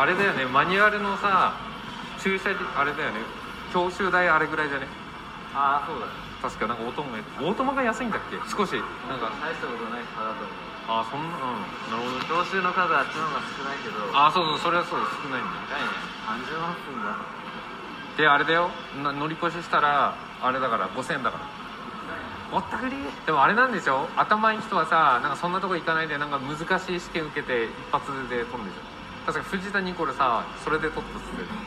れだよね、マニュアルのさ駐車あれだよね、教習代あれぐらいじゃね。 ああそうだね、 確かなんかオートマが安いんだっけ、少しなんか。 大したことない差だと思う。 ああそんな、なるほど。 教習の数あっちの方が少ないけど、 ああそうそう、それはそう少ないんだよ。 高いね、30万すんだ。 であれだよ、乗り越ししたらあれだから5000円だから。ぼったくり。でもあれなんでしょ、頭いい人はさ、なんかそんなとこ行かないでなんか難しい試験受けて一発で飛んでしょ。確か藤田ニコルさそれで取ったっすね。